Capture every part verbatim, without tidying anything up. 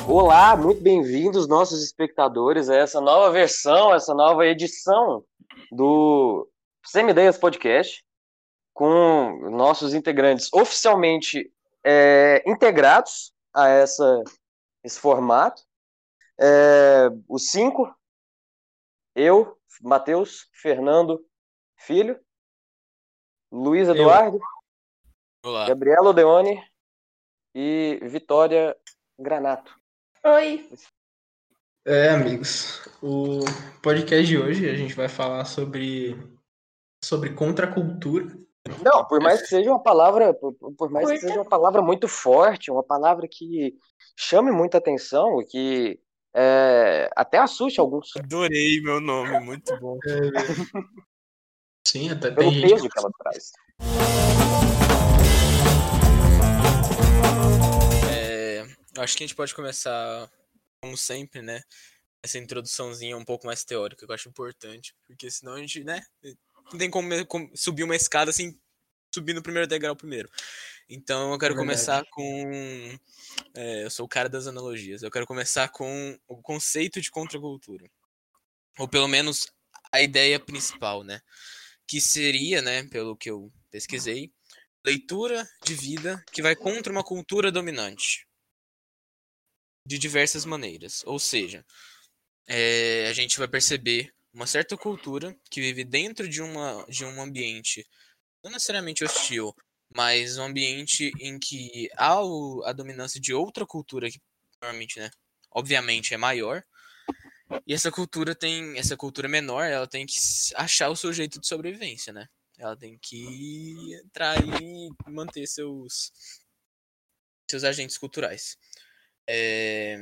Olá, muito bem-vindos, nossos espectadores, a essa nova versão, essa nova edição do Semideias Podcast, com nossos integrantes oficialmente é, integrados a essa, esse formato. É, os cinco, eu, Matheus, Fernando Filho, Luiz Eu. Eduardo, Olá. Gabriela Odeone e Vitória Granato. Oi. É, amigos, o podcast de hoje a gente vai falar sobre, sobre contracultura. Não, por mais que seja uma palavra, por, por mais que Curta. seja uma palavra muito forte, uma palavra que chame muita atenção, que é, até assuste alguns Adorei meu nome, muito bom. Sim, até pelo tem gente peso que ela traz. É, eu acho que a gente pode começar, como sempre, né? Essa introduçãozinha um pouco mais teórica, que eu acho importante, porque senão a gente, né? Não tem como, como subir uma escada assim, subir no primeiro degrau primeiro. Então eu quero É verdade. começar com. É, eu sou o cara das analogias. Eu quero começar com o conceito de contracultura. Ou pelo menos a ideia principal, né? Que seria, né, pelo que eu pesquisei, leitura de vida que vai contra uma cultura dominante. De diversas maneiras. Ou seja, é, a gente vai perceber uma certa cultura que vive dentro de, uma, de um ambiente não necessariamente hostil, mas um ambiente em que há o, a dominância de outra cultura que normalmente, né, obviamente é maior. E essa cultura tem, essa cultura menor, ela tem que achar o seu jeito de sobrevivência, né? Ela tem que entrar e manter seus seus agentes culturais. É...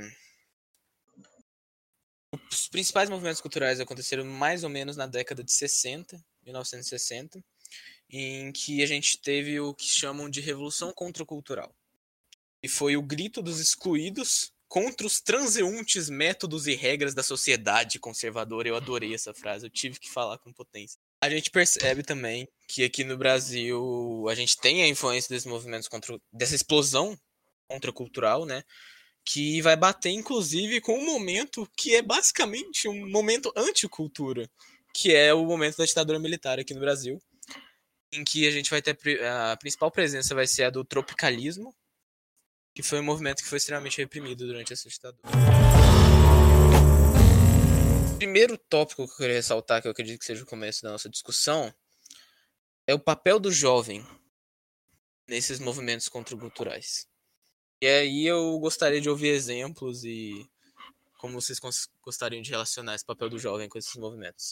Os principais movimentos culturais aconteceram mais ou menos na década de sessenta, mil novecentos e sessenta, em que a gente teve o que chamam de Revolução Contracultural. E foi o grito dos excluídos contra os transeuntes métodos e regras da sociedade conservadora. Eu adorei essa frase, eu tive que falar com potência. A gente percebe também que aqui no Brasil a gente tem a influência desses movimentos contra, dessa explosão contracultural, né? Que vai bater, inclusive, com um momento que é basicamente um momento anticultura, que é o momento da ditadura militar aqui no Brasil, em que a gente vai ter a principal presença vai ser a do tropicalismo, que foi um movimento que foi extremamente reprimido durante essa ditadura. O primeiro tópico que eu queria ressaltar, que eu acredito que seja o começo da nossa discussão, é o papel do jovem nesses movimentos contraculturais. E aí eu gostaria de ouvir exemplos e como vocês gostariam de relacionar esse papel do jovem com esses movimentos.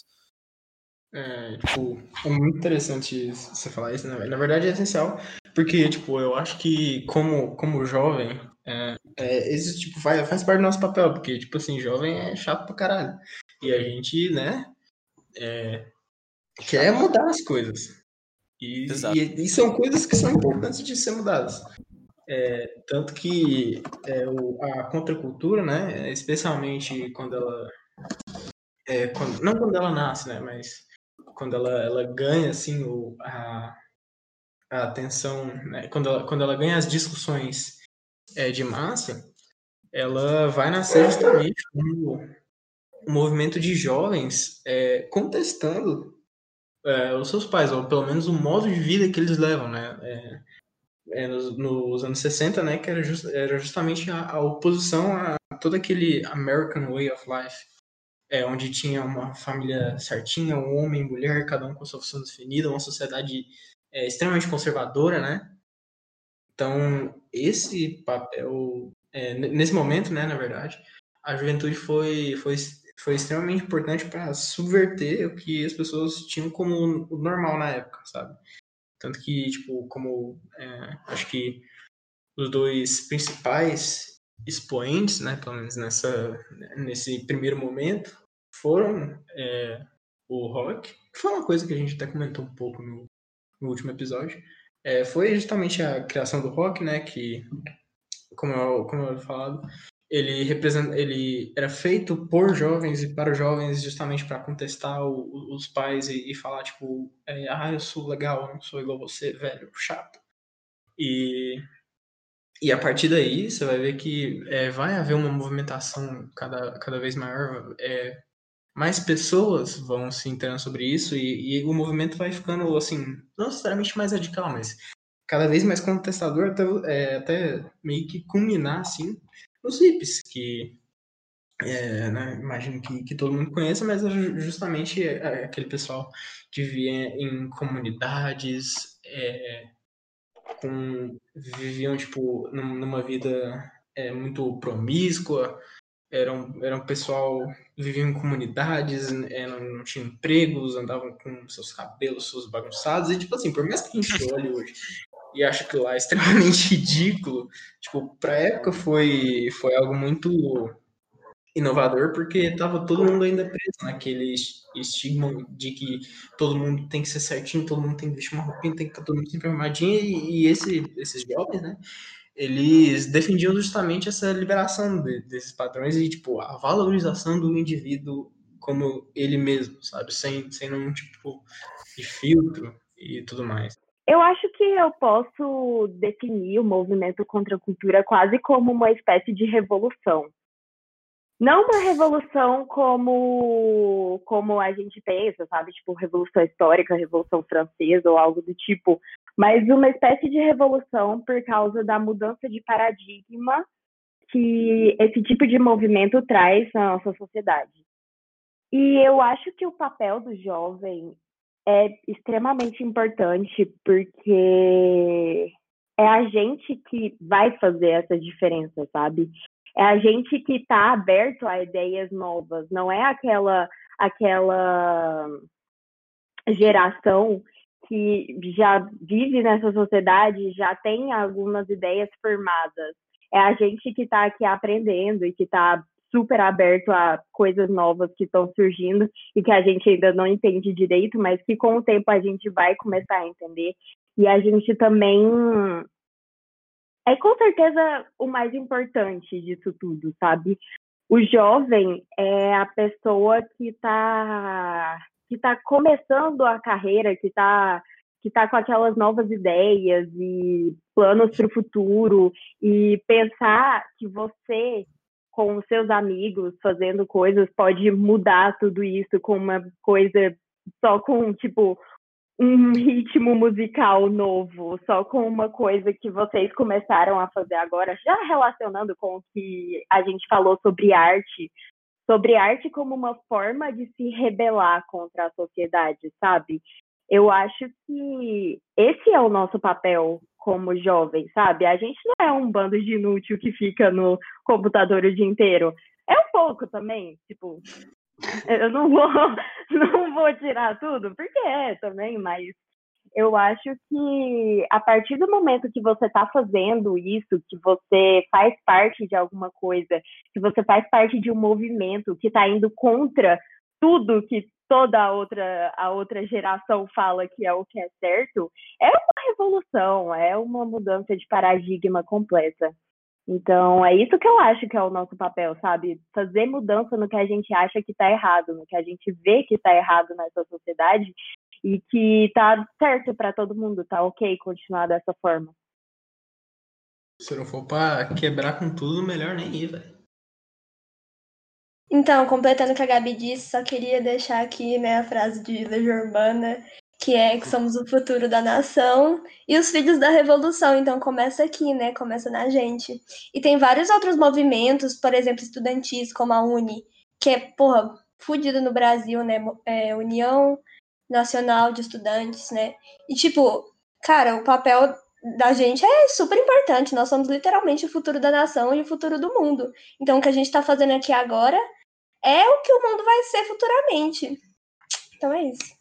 É, tipo, é muito interessante você falar isso, né? Na verdade é essencial, porque, tipo, eu acho que como, como jovem, é, é, esse, tipo, faz, faz parte do nosso papel, porque, tipo assim, jovem é chato pra caralho. E a gente, né, é, quer mudar as coisas. E, Exato. e, e são coisas que são importantes de ser mudadas. É, tanto que é, o, a contracultura, né, especialmente quando ela... É, quando, não quando ela nasce, né, mas quando ela, ela ganha, assim, o, a, a atenção, né, quando, ela, quando ela ganha as discussões é, de massa, ela vai nascer justamente como um movimento de jovens é, contestando é, os seus pais, ou pelo menos o modo de vida que eles levam, né? É, é, nos, nos anos sessenta, né? Que era, just, era justamente a, a oposição a todo aquele American Way of Life, é, onde tinha uma família certinha, um homem e mulher, cada um com sua função definida, uma sociedade é, extremamente conservadora, né? Então, esse papel, é, nesse momento, né, na verdade, a juventude foi, foi, foi extremamente importante para subverter o que as pessoas tinham como o normal na época, sabe? Tanto que, tipo, como é, acho que os dois principais expoentes, né, pelo menos nessa, nesse primeiro momento, foram é, o rock, que foi uma coisa que a gente até comentou um pouco no, no último episódio. É, foi justamente a criação do rock, né, que, como eu, como eu havia falado, ele, representa, ele era feito por jovens e para jovens justamente para contestar o, os pais e, e falar, tipo, é, ah, eu sou legal, eu não sou igual você, velho, chato. E E a partir daí, você vai ver que é, vai haver uma movimentação cada, cada vez maior. É, mais pessoas vão se inteirando sobre isso e, e o movimento vai ficando, assim, não necessariamente mais radical, mas cada vez mais contestador até, é, até meio que culminar, assim, nos hippies, que é, né, imagino que, que todo mundo conheça, mas é ju- justamente é, aquele pessoal que vivia em comunidades, é, com, viviam, tipo, num- numa vida é, muito promíscua, eram, eram pessoal, viviam em comunidades, é, não, não tinham empregos, andavam com seus cabelos seus bagunçados, e tipo assim, por mais que a gente olhe hoje e ache que lá é extremamente ridículo, tipo, pra época foi, foi algo muito inovador, porque tava todo mundo ainda preso naquele es- estigma de que todo mundo tem que ser certinho, todo mundo tem que vestir uma roupinha, tem que estar todo mundo sempre arrumadinho, e, e esse, esses jovens, né, eles defendiam justamente essa liberação de- desses padrões e, tipo, a valorização do indivíduo como ele mesmo, sabe? Sem, sem nenhum tipo de filtro e tudo mais. Eu acho que eu posso definir o movimento contra a cultura quase como uma espécie de revolução. Não uma revolução como, como a gente pensa, sabe? Tipo, revolução histórica, revolução francesa ou algo do tipo, mas uma espécie de revolução por causa da mudança de paradigma que esse tipo de movimento traz na nossa sociedade. E eu acho que o papel do jovem é extremamente importante porque é a gente que vai fazer essa diferença, sabe? É a gente que está aberto a ideias novas, não é aquela aquela geração que já vive nessa sociedade, já tem algumas ideias formadas. É a gente que está aqui aprendendo e que está super aberto a coisas novas que estão surgindo e que a gente ainda não entende direito, mas que com o tempo a gente vai começar a entender. E a gente também é com certeza o mais importante disso tudo, sabe? O jovem é a pessoa que está que tá começando a carreira, que está que tá com aquelas novas ideias e planos para o futuro, e pensar que você, com os seus amigos, fazendo coisas, pode mudar tudo isso com uma coisa só com, tipo, um ritmo musical novo, só com uma coisa que vocês começaram a fazer agora, já relacionando com o que a gente falou sobre arte, sobre arte como uma forma de se rebelar contra a sociedade, sabe? Eu acho que esse é o nosso papel como jovem, sabe? A gente não é um bando de inútil que fica no computador o dia inteiro. É um pouco também, tipo, eu não vou, não vou tirar tudo, porque é também, mas eu acho que a partir do momento que você está fazendo isso, que você faz parte de alguma coisa, que você faz parte de um movimento que está indo contra tudo que toda a outra, a outra geração fala que é o que é certo, é uma revolução, é uma mudança de paradigma completa. Então, é isso que eu acho que é o nosso papel, sabe? Fazer mudança no que a gente acha que está errado, no que a gente vê que está errado nessa sociedade e que tá certo para todo mundo, tá ok continuar dessa forma. Se não for pra quebrar com tudo, melhor nem ir, velho. Então, completando o que a Gabi disse, só queria deixar aqui, né, a frase de Legião Urbana, que é que somos o futuro da nação e os filhos da revolução. Então, começa aqui, né, começa na gente. E tem vários outros movimentos, por exemplo, estudantis, como a Uni, que é, porra, fudido no Brasil, né, é, União Nacional de Estudantes, né. E, tipo, cara, o papel da gente é super importante. Nós somos literalmente o futuro da nação e o futuro do mundo. Então, o que a gente tá fazendo aqui agora é o que o mundo vai ser futuramente. Então é isso.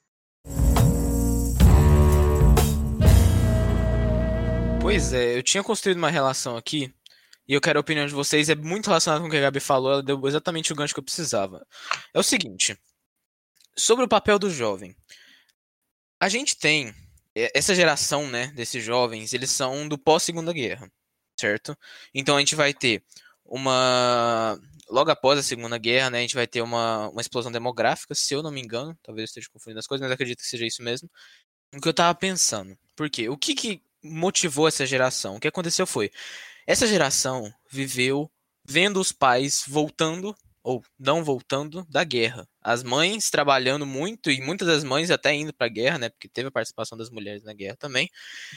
Pois é, eu tinha construído uma relação aqui, e eu quero a opinião de vocês, é muito relacionado com o que a Gabi falou, ela deu exatamente o gancho que eu precisava. É o seguinte, sobre o papel do jovem. A gente tem, essa geração, né, desses jovens, eles são do pós-Segunda Guerra, certo? Então a gente vai ter uma... Logo após a Segunda Guerra, né, a gente vai ter uma, uma explosão demográfica, se eu não me engano, talvez eu esteja confundindo as coisas, mas acredito que seja isso mesmo. O que eu tava pensando, por quê? O que que motivou essa geração? O que aconteceu foi, Essa geração viveu vendo os pais voltando, ou não voltando, da guerra. As mães trabalhando muito, e muitas das mães até indo pra guerra, né? Porque teve a participação das mulheres na guerra também.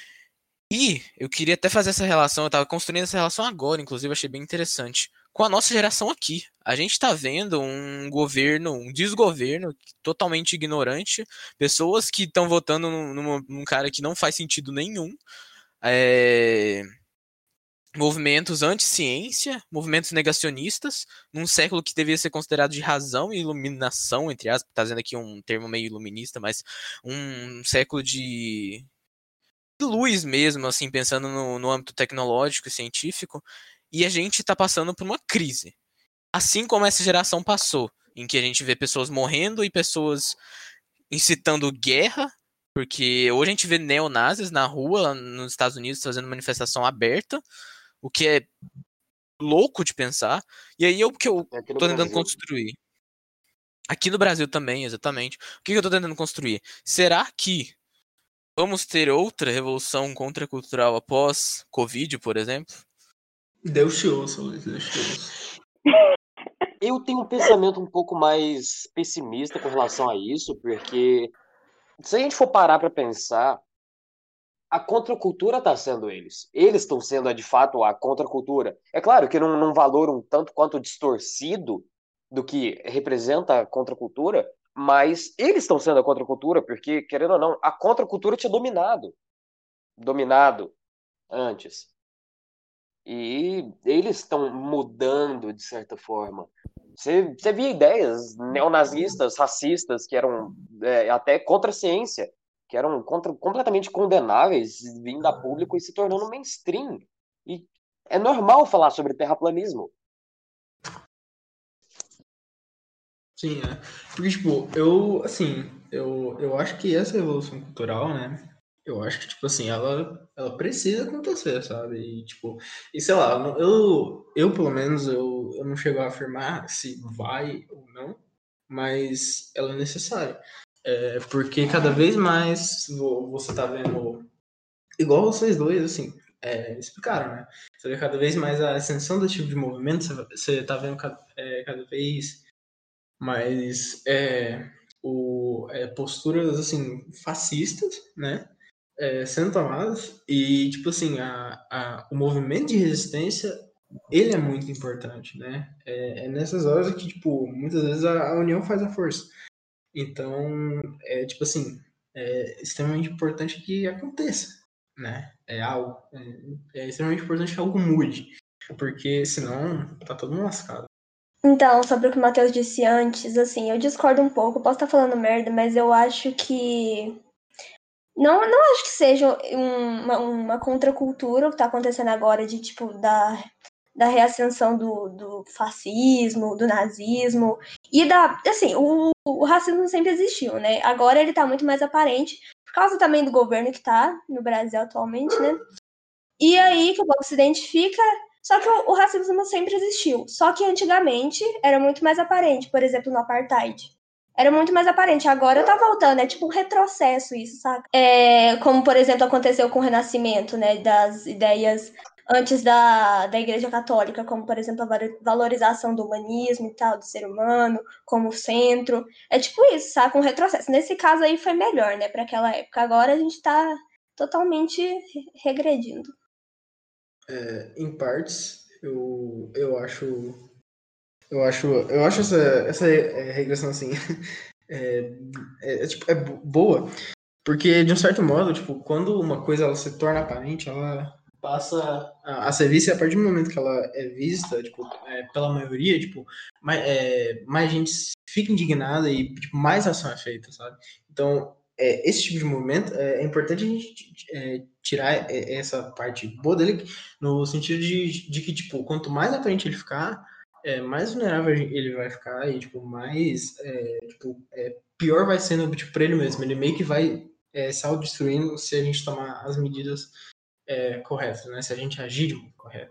E eu queria até fazer essa relação, eu tava construindo essa relação agora, inclusive achei bem interessante, com a nossa geração aqui. A gente tá vendo um governo, um desgoverno totalmente ignorante, pessoas que estão votando num, num, num cara que não faz sentido nenhum, é, movimentos anti-ciência, movimentos negacionistas, num século que deveria ser considerado de razão e iluminação, entre aspas, tá dizendo aqui um termo meio iluminista, mas um século de luz mesmo, assim, pensando no, no âmbito tecnológico e científico, e a gente tá passando por uma crise. Assim como essa geração passou, em que a gente vê pessoas morrendo e pessoas incitando guerra, porque hoje a gente vê neonazis na rua, nos Estados Unidos, fazendo manifestação aberta, o que é louco de pensar. E aí o que eu Aqui no tô tentando Brasil. construir. Aqui no Brasil também, exatamente. O que eu tô tentando construir? Será que vamos ter outra revolução contracultural após Covid, por exemplo? Deus te ouça, Luiz, Deus te ouça. Eu tenho um pensamento um pouco mais pessimista com relação a isso, porque se a gente for parar para pensar, a contracultura está sendo eles. Eles estão sendo, de fato, a contracultura. É claro que num, num valor um tanto quanto distorcido do que representa a contracultura, mas eles estão sendo a contracultura, porque, querendo ou não, a contracultura tinha dominado. Dominado antes. E eles estão mudando, de certa forma. Você, você via ideias neonazistas, racistas, que eram é, até contra a ciência, que eram contra, completamente condenáveis, vindo a público e se tornando mainstream. E é normal falar sobre terraplanismo. Sim, é. Porque, tipo, eu, assim, eu, eu acho que essa revolução cultural, né? Eu acho que, tipo assim, ela, ela precisa acontecer, sabe? E, tipo, e sei lá, eu, não- eu, eu pelo menos, eu, eu não chego a afirmar se vai ou não, mas ela é necessária. É, porque cada vez mais vo- você tá vendo, igual vocês dois, assim, é, explicaram, né? Você vê cada vez mais a ascensão desse tipo de movimento, você, você tá vendo cada, é, cada vez mais é, o, é, posturas assim fascistas, né, é, sendo tomadas e tipo assim a, a, o movimento de resistência ele é muito importante, né? É, é nessas horas que tipo muitas vezes a, a união faz a força. Então é tipo assim é extremamente importante que aconteça, né? É algo é, é extremamente importante que algo mude, porque senão tá todo mundo lascado. Então, sobre o que o Matheus disse antes, assim, eu discordo um pouco. Eu posso estar falando merda, mas eu acho que. Não, não acho que seja um- uma, uma contracultura o que está acontecendo agora, de tipo, da, da reascensão do, do fascismo, do nazismo. E da. Assim, o, o racismo sempre existiu, né? Agora ele está muito mais aparente, por causa também do governo que está no Brasil atualmente, né? E aí que o povo se identifica. Só que o, o racismo sempre existiu. Só que antigamente era muito mais aparente, por exemplo, no apartheid. Era muito mais aparente. Agora tá voltando, é tipo um retrocesso isso, sabe? É, como, por exemplo, aconteceu com o Renascimento, né? Das ideias antes da, da Igreja Católica, como, por exemplo, a valorização do humanismo e tal, do ser humano, como centro. É tipo isso, sabe? Um retrocesso. Nesse caso aí foi melhor, né? Para aquela época. Agora a gente tá totalmente regredindo. É, em partes, eu, eu acho. Eu acho, eu acho essa, essa é, regressão assim. É, é, é, tipo, é boa. Porque, de um certo modo, tipo, quando uma coisa ela se torna aparente, ela passa a, a ser vista, e a partir do momento que ela é vista, tipo, é, pela maioria, tipo, mais, é, mais gente fica indignada e tipo, mais ação é feita, sabe? Então, é, esse tipo de movimento é, é importante a gente é, tirar essa parte boa dele, no sentido de, de que, tipo, quanto mais aparente ele ficar, é, mais vulnerável ele vai ficar e, tipo, mais, é, tipo, é, pior vai sendo, tipo, pra ele mesmo. Ele meio que vai é, se autodestruindo se a gente tomar as medidas é, corretas, né? Se a gente agir de modo correto.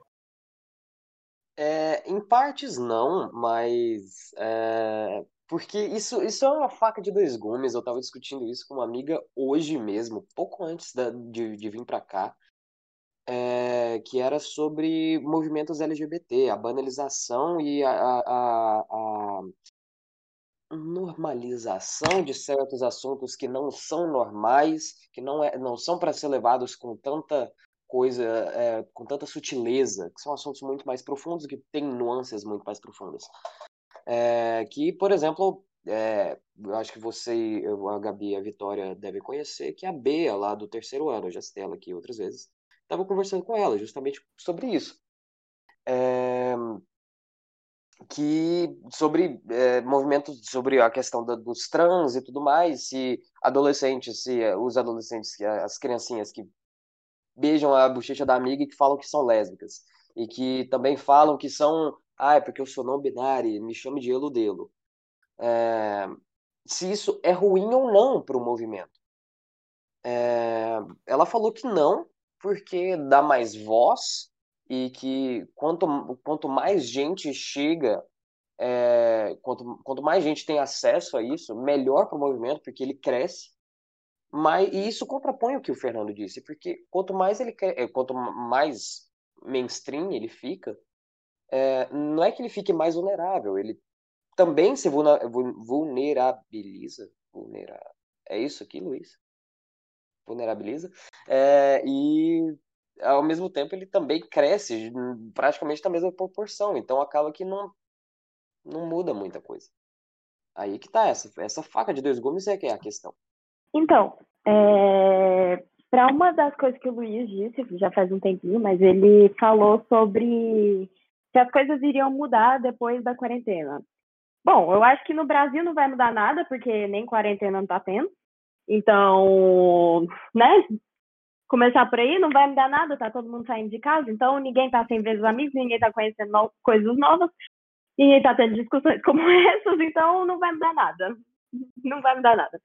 É, em partes não, mas é, porque isso, isso é uma faca de dois gumes. Eu estava discutindo isso com uma amiga hoje mesmo, pouco antes da- de, de vir para cá. é, que era sobre movimentos L G B T, a banalização e a, a, a normalização de certos assuntos que não são normais, que não, é, não são para ser levados com tanta coisa, é, com tanta sutileza, que são assuntos muito mais profundos, que têm nuances muito mais profundas. É, que, por exemplo, é, eu acho que você, eu, a Gabi e a Vitória devem conhecer, que a Bea, lá do terceiro ano, eu já citei ela aqui outras vezes, estava conversando com ela justamente sobre isso. É, que sobre é, movimentos, sobre a questão da, dos trans e tudo mais, se adolescentes, se é, os adolescentes, as criancinhas que beijam a bochecha da amiga e que falam que são lésbicas, e que também falam que são, ah, é porque eu sou não binário, me chame de eludelo. É, se isso é ruim ou não para o movimento. É, ela falou que não, porque dá mais voz e que quanto, quanto mais gente chega, é, quanto, quanto mais gente tem acesso a isso, melhor para o movimento, porque ele cresce. Mas, e isso contrapõe o que o Fernando disse, porque quanto mais ele é, quanto mais mainstream ele fica, é, não é que ele fique mais vulnerável, ele também se vulnerabiliza. Vulnera... É isso aqui, Luiz? Vulnerabiliza. É, e, ao mesmo tempo, ele também cresce praticamente na mesma proporção. Então, acaba que não, não muda muita coisa. Aí que tá, essa, essa faca de dois gumes é que é a questão. Então, é... para uma das coisas que o Luiz disse, já faz um tempinho, mas ele falou sobre se as coisas iriam mudar depois da quarentena. Bom, eu acho que no Brasil não vai mudar nada, porque nem quarentena não tá tendo. Então, né? Começar por aí, não vai mudar nada, tá todo mundo saindo de casa, então ninguém tá sem ver os amigos, ninguém tá conhecendo no- coisas novas, ninguém tá tendo discussões como essas, então não vai mudar nada. Não vai mudar nada.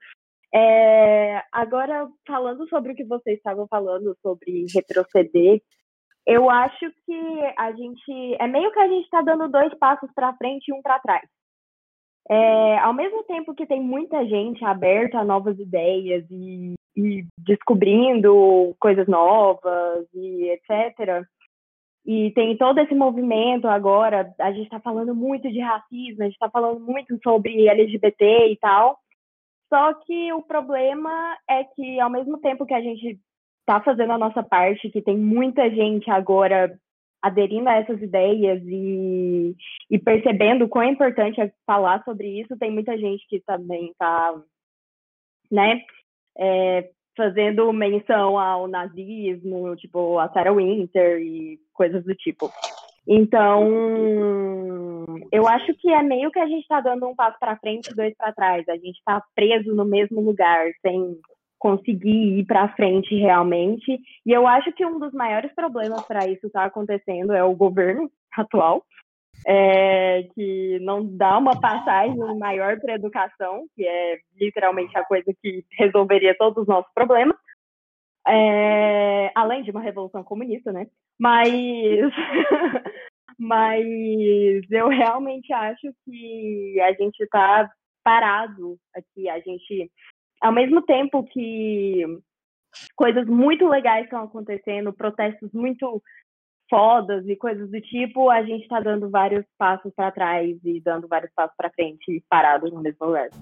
É, agora, falando sobre o que vocês estavam falando, sobre retroceder, eu acho que a gente, é meio que a gente tá dando dois passos para frente e um para trás. É, ao mesmo tempo que tem muita gente aberta a novas ideias e, e descobrindo coisas novas e etcétera, e tem todo esse movimento agora, a gente está falando muito de racismo, a gente está falando muito sobre L G B T e tal, só que o problema é que ao mesmo tempo que a gente está fazendo a nossa parte, que tem muita gente agora aderindo a essas ideias e, e percebendo o quão importante é falar sobre isso, tem muita gente que também está, né, é, fazendo menção ao nazismo, tipo a Sarah Winter e coisas do tipo. Então, eu acho que é meio que a gente está dando um passo para frente e dois para trás. A gente está preso no mesmo lugar, sem conseguir ir para frente realmente. E eu acho que um dos maiores problemas para isso estar acontecendo é o governo atual, é, que não dá uma passagem maior para a educação, que é literalmente a coisa que resolveria todos os nossos problemas, é, além de uma revolução comunista, né? Mas, mas eu realmente acho que a gente está parado aqui, a gente... Ao mesmo tempo que coisas muito legais estão acontecendo, protestos muito fodas e coisas do tipo, a gente está dando vários passos para trás e dando vários passos para frente e parados no mesmo lugar.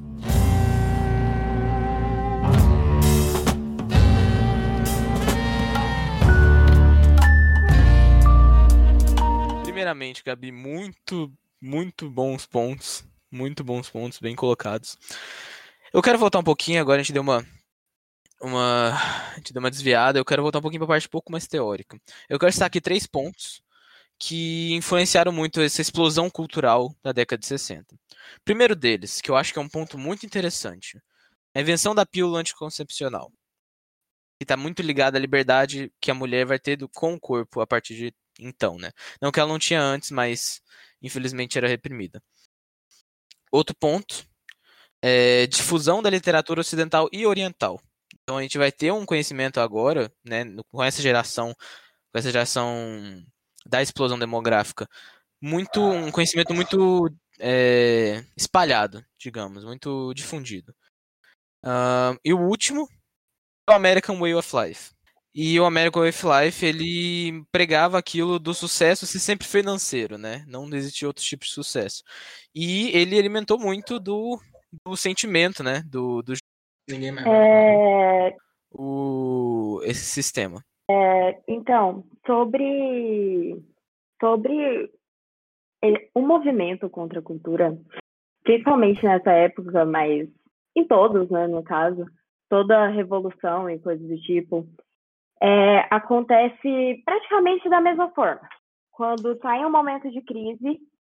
Primeiramente, Gabi, muito, muito bons pontos. Muito bons pontos, bem colocados. Eu quero voltar um pouquinho, agora a gente deu uma, uma, a gente deu uma desviada, eu quero voltar um pouquinho para a parte um pouco mais teórica. Eu quero citar aqui três pontos que influenciaram muito essa explosão cultural da década de sessenta. Primeiro deles, que eu acho que é um ponto muito interessante, a invenção da pílula anticoncepcional, que está muito ligada à liberdade que a mulher vai ter do, com o corpo a partir de então, né? Não que ela não tinha antes, mas infelizmente era reprimida. Outro ponto é difusão da literatura ocidental e oriental. Então a gente vai ter um conhecimento agora, né, com essa geração, com essa geração da explosão demográfica, muito um conhecimento muito é, espalhado, digamos, muito difundido. Uh, e o último, o American Way of Life, E o American Way of Life, ele pregava aquilo do sucesso ser sempre financeiro, né? Não existia outros tipos de sucesso. E ele alimentou muito do, do sentimento, né? Do, do Ninguém mais vai falar. É, o, esse sistema. então, sobre, sobre ele- o movimento contra a cultura, principalmente nessa época, mas em todos, né, no caso, toda a revolução e coisas do tipo, é, acontece praticamente da mesma forma. Quando está em um momento de crise,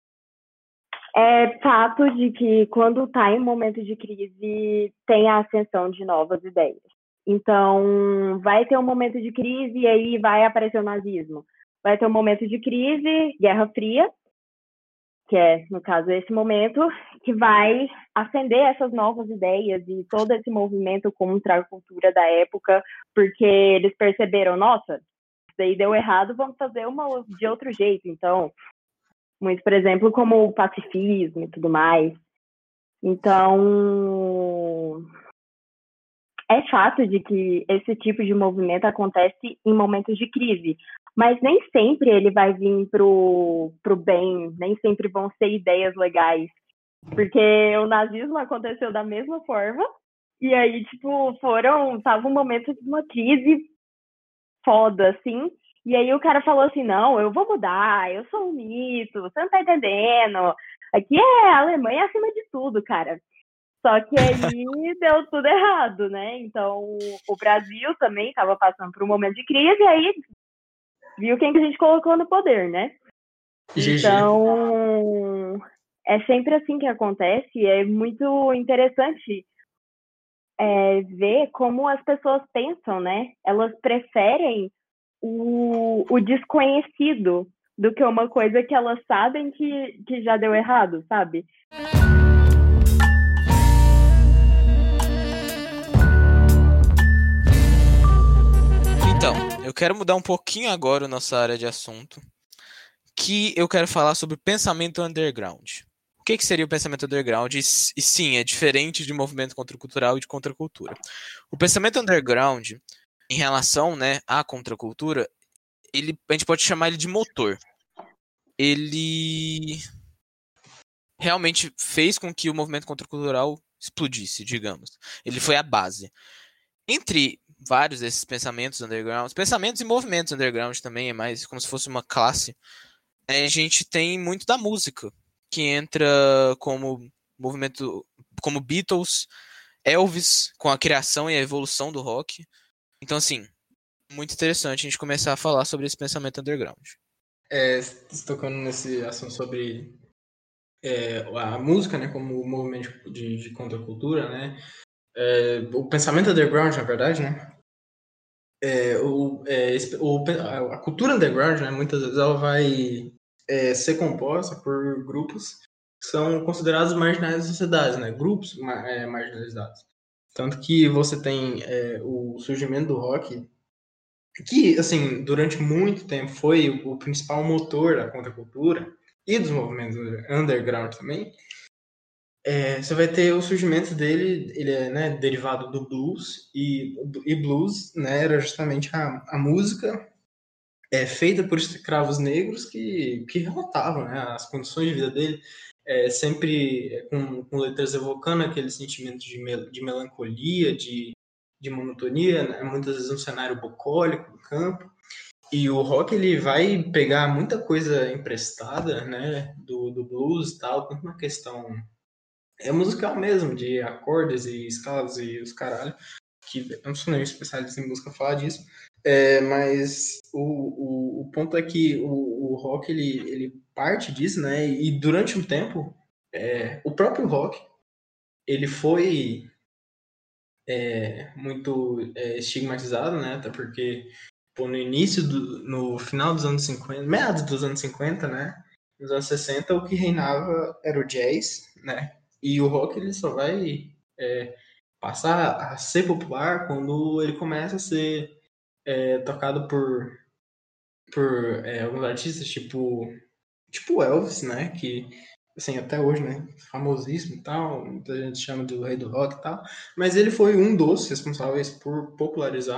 é fato de que quando está em um momento de crise, tem a ascensão de novas ideias. Então, vai ter um momento de crise e aí vai aparecer o nazismo. Vai ter um momento de crise, Guerra Fria, que é, no caso, esse momento, que vai acender essas novas ideias e todo esse movimento contra a cultura da época, porque eles perceberam, nossa, isso aí deu errado, vamos fazer uma de outro jeito. Então, muito, por exemplo, como o pacifismo e tudo mais. Então, é fato de que esse tipo de movimento acontece em momentos de crise, mas nem sempre ele vai vir pro, pro bem, nem sempre vão ser ideias legais, porque o nazismo aconteceu da mesma forma, e aí, tipo, foram, tava um momento de uma crise foda, assim, e aí o cara falou assim, não, eu vou mudar, eu sou um mito, você não tá entendendo, aqui é a Alemanha acima de tudo, cara. Só que aí deu tudo errado, né? Então, o Brasil também estava passando por um momento de crise, e aí viu quem que a gente colocou no poder, né? G G. Então, é sempre assim que acontece, e é muito interessante é, ver como as pessoas pensam, né? Elas preferem o, o desconhecido do que uma coisa que elas sabem que, que já deu errado, sabe? Então, eu quero mudar um pouquinho agora a nossa área de assunto, que eu quero falar sobre pensamento underground. O que, que seria o pensamento underground? E, e sim, é diferente de movimento contracultural e de contracultura. O pensamento underground, em relação, né, à contracultura, ele, a gente pode chamar ele de motor. Ele realmente fez com que o movimento contracultural explodisse, digamos. Ele foi a base. Entre vários desses pensamentos underground, pensamentos e movimentos underground também, é mais como se fosse uma classe, a gente tem muito da música, que entra como movimento, como Beatles, Elvis, com a criação e a evolução do rock. Então, assim, muito interessante a gente começar a falar sobre esse pensamento underground. É, tocando nesse assunto sobre é, a música, né, como movimento de, de contracultura, né, é, o pensamento underground, na verdade, né, é, o, é, o, a cultura underground, né, muitas vezes ela vai é, ser composta por grupos que são considerados marginais da sociedade, né, grupos é, marginalizados. Tanto que você tem é, o surgimento do rock, que, assim, durante muito tempo foi o principal motor da contracultura e dos movimentos underground também. É, você vai ter o surgimento dele, ele é, né, derivado do blues, e, e blues, né, era justamente a, a música é, feita por escravos negros que, que relatavam, né, as condições de vida dele, é, sempre com, com letras evocando aquele sentimento de, mel, de melancolia, de, de monotonia, né, muitas vezes um cenário bucólico no campo. E o rock ele vai pegar muita coisa emprestada, né, do, do blues e tal, tanto na questão é musical mesmo, de acordes e escalas e os caralho, que eu não sou nem especialista em música falar disso, é, mas o, o, o ponto é que o, o rock ele, ele parte disso, né, e durante um tempo, é, o próprio rock, ele foi é, muito é, estigmatizado, né, até porque pô, no início, do, no final dos anos cinquenta, meados dos anos cinquenta, né, nos anos sessenta, o que reinava era o jazz, né, e o rock ele só vai é, passar a ser popular quando ele começa a ser é, tocado por, por é, alguns artistas, tipo, tipo Elvis, né, que assim, até hoje, né, famosíssimo e tal, muita gente chama de o rei do rock e tal, mas ele foi um dos responsáveis por popularizar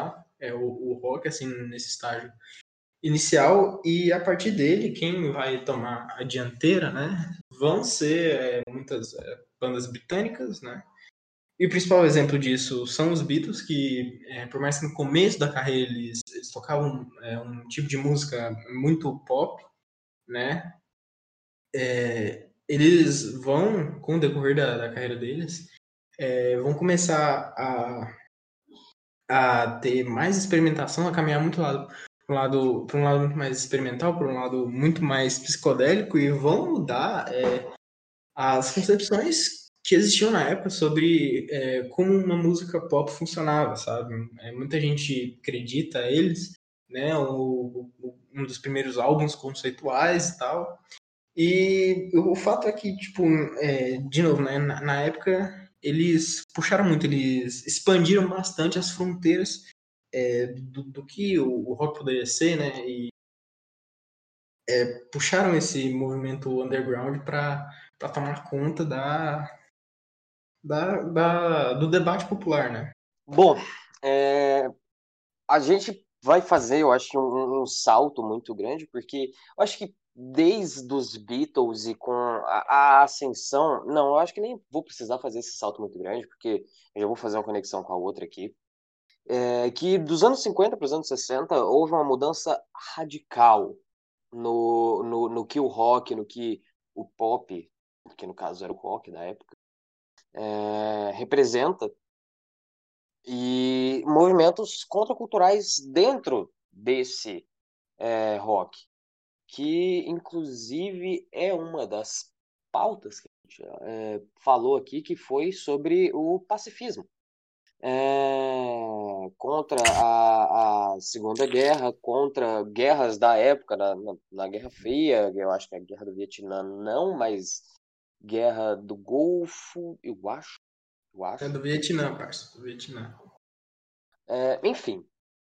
é, o, o rock, assim, nesse estágio inicial, e a partir dele, quem vai tomar a dianteira, né, vão ser é, muitas é, bandas britânicas, né, e o principal exemplo disso são os Beatles, que é, por mais que no começo da carreira eles, eles tocavam é, um tipo de música muito pop, né, é, eles vão, com o decorrer da, da carreira deles, é, vão começar a, a ter mais experimentação, a caminhar muito lado para um lado, para um lado muito mais experimental, para um lado muito mais psicodélico, e vão mudar é, as concepções que existiam na época sobre é, como uma música pop funcionava, sabe? É, muita gente acredita eles, né? O, o, um dos primeiros álbuns conceituais e tal. E o fato é que, tipo, é, de novo, né? Na, na época eles puxaram muito, eles expandiram bastante as fronteiras é, do, do que o, o rock poderia ser, né? E é, puxaram esse movimento underground para tomar conta da, da, da, do debate popular, né? Bom, é, a gente vai fazer, eu acho, um, um salto muito grande, porque eu acho que desde os Beatles e com a, a ascensão, não, eu acho que nem vou precisar fazer esse salto muito grande, porque eu já vou fazer uma conexão com a outra aqui. É, que dos anos cinquenta para os anos sessenta houve uma mudança radical no, no, no que o rock, no que o pop, que no caso era o rock da época, é, representa, e movimentos contraculturais dentro desse é, rock, que inclusive é uma das pautas que a gente é, falou aqui, que foi sobre o pacifismo. É, contra a, a Segunda Guerra, contra guerras da época, na, na, na Guerra Fria, eu acho que a Guerra do Vietnã não, mas Guerra do Golfo, eu acho, eu acho. É do Vietnã, parça, do Vietnã. É, enfim,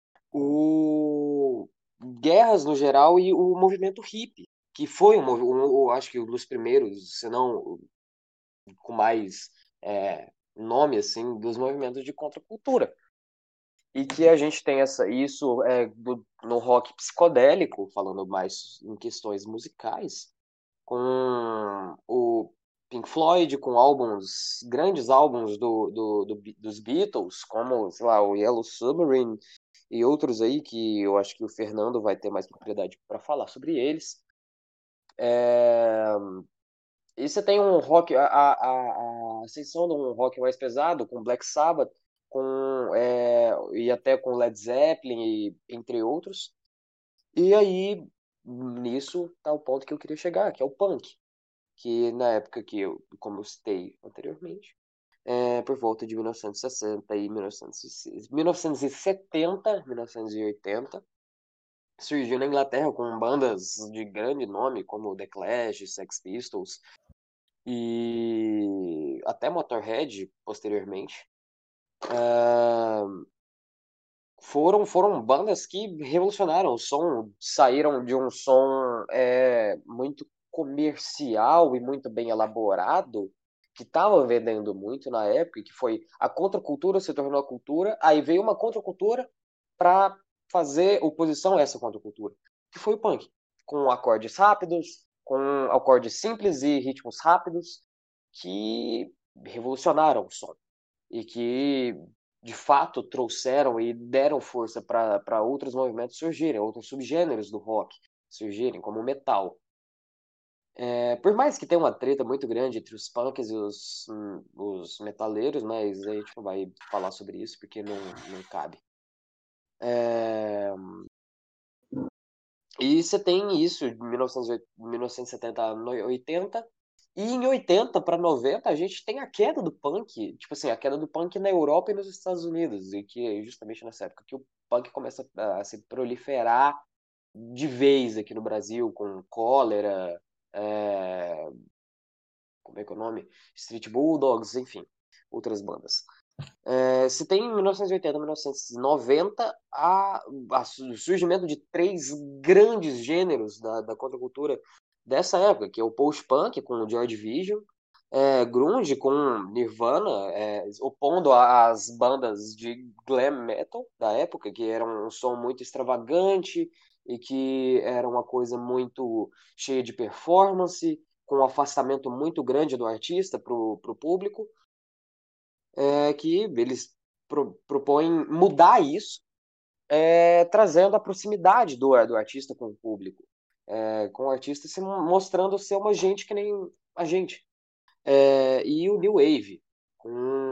o guerras no geral e o movimento hippie, que foi um, um, um acho que um dos primeiros, se não com mais é, nome assim, dos movimentos de contracultura. E que a gente tem essa, isso é, do, no rock psicodélico, falando mais em questões musicais, com o Pink Floyd, com álbuns, grandes álbuns do, do, do, dos Beatles, como, sei lá, o Yellow Submarine e outros aí que eu acho que o Fernando vai ter mais propriedade para falar sobre eles. É... E você tem um rock, a, a, a ascensão de um rock mais pesado, com Black Sabbath, com, é, e até com Led Zeppelin, e, entre outros. E aí, nisso, tá o ponto que eu queria chegar, que é o punk. Que na época que eu, como eu citei anteriormente, é, por volta de mil novecentos e sessenta e mil novecentos e setenta, mil novecentos e oitenta, surgiu na Inglaterra com bandas de grande nome, como The Clash, Sex Pistols, e até Motorhead, posteriormente. Uh, foram, foram bandas que revolucionaram o som, saíram de um som é, muito comercial e muito bem elaborado, que estava vendendo muito na época, que foi a contracultura se tornou a cultura, aí veio uma contracultura para fazer oposição a essa contracultura, que foi o punk, com acordes rápidos, com acordes simples e ritmos rápidos, que revolucionaram o som e que de fato trouxeram e deram força para outros movimentos surgirem, outros subgêneros do rock surgirem, como o metal. É, por mais que tenha uma treta muito grande entre os punks e os, os metaleiros, mas a gente não vai falar sobre isso porque não, não cabe. É... E você tem isso de mil novecentos e setenta a oitenta, e em oitenta para noventa a gente tem a queda do punk, tipo assim, a queda do punk na Europa e nos Estados Unidos, e que é justamente nessa época que o punk começa a se proliferar de vez aqui no Brasil, com Cólera, é... como é que é o nome? Street Bulldogs, enfim, outras bandas. É, se tem em mil novecentos e oitenta, mil novecentos e noventa a, a, o surgimento de três grandes gêneros da, da contracultura dessa época, que é o post-punk com o Joy Division, é, grunge com Nirvana, é, opondo as bandas de glam metal da época, que era um som muito extravagante e que era uma coisa muito cheia de performance, com um afastamento muito grande do artista para o público, é, que eles pro, propõem mudar isso, é, trazendo a proximidade do, do artista com o público, é, com o artista se mostrando ser uma gente que nem a gente. É, e o New Wave, com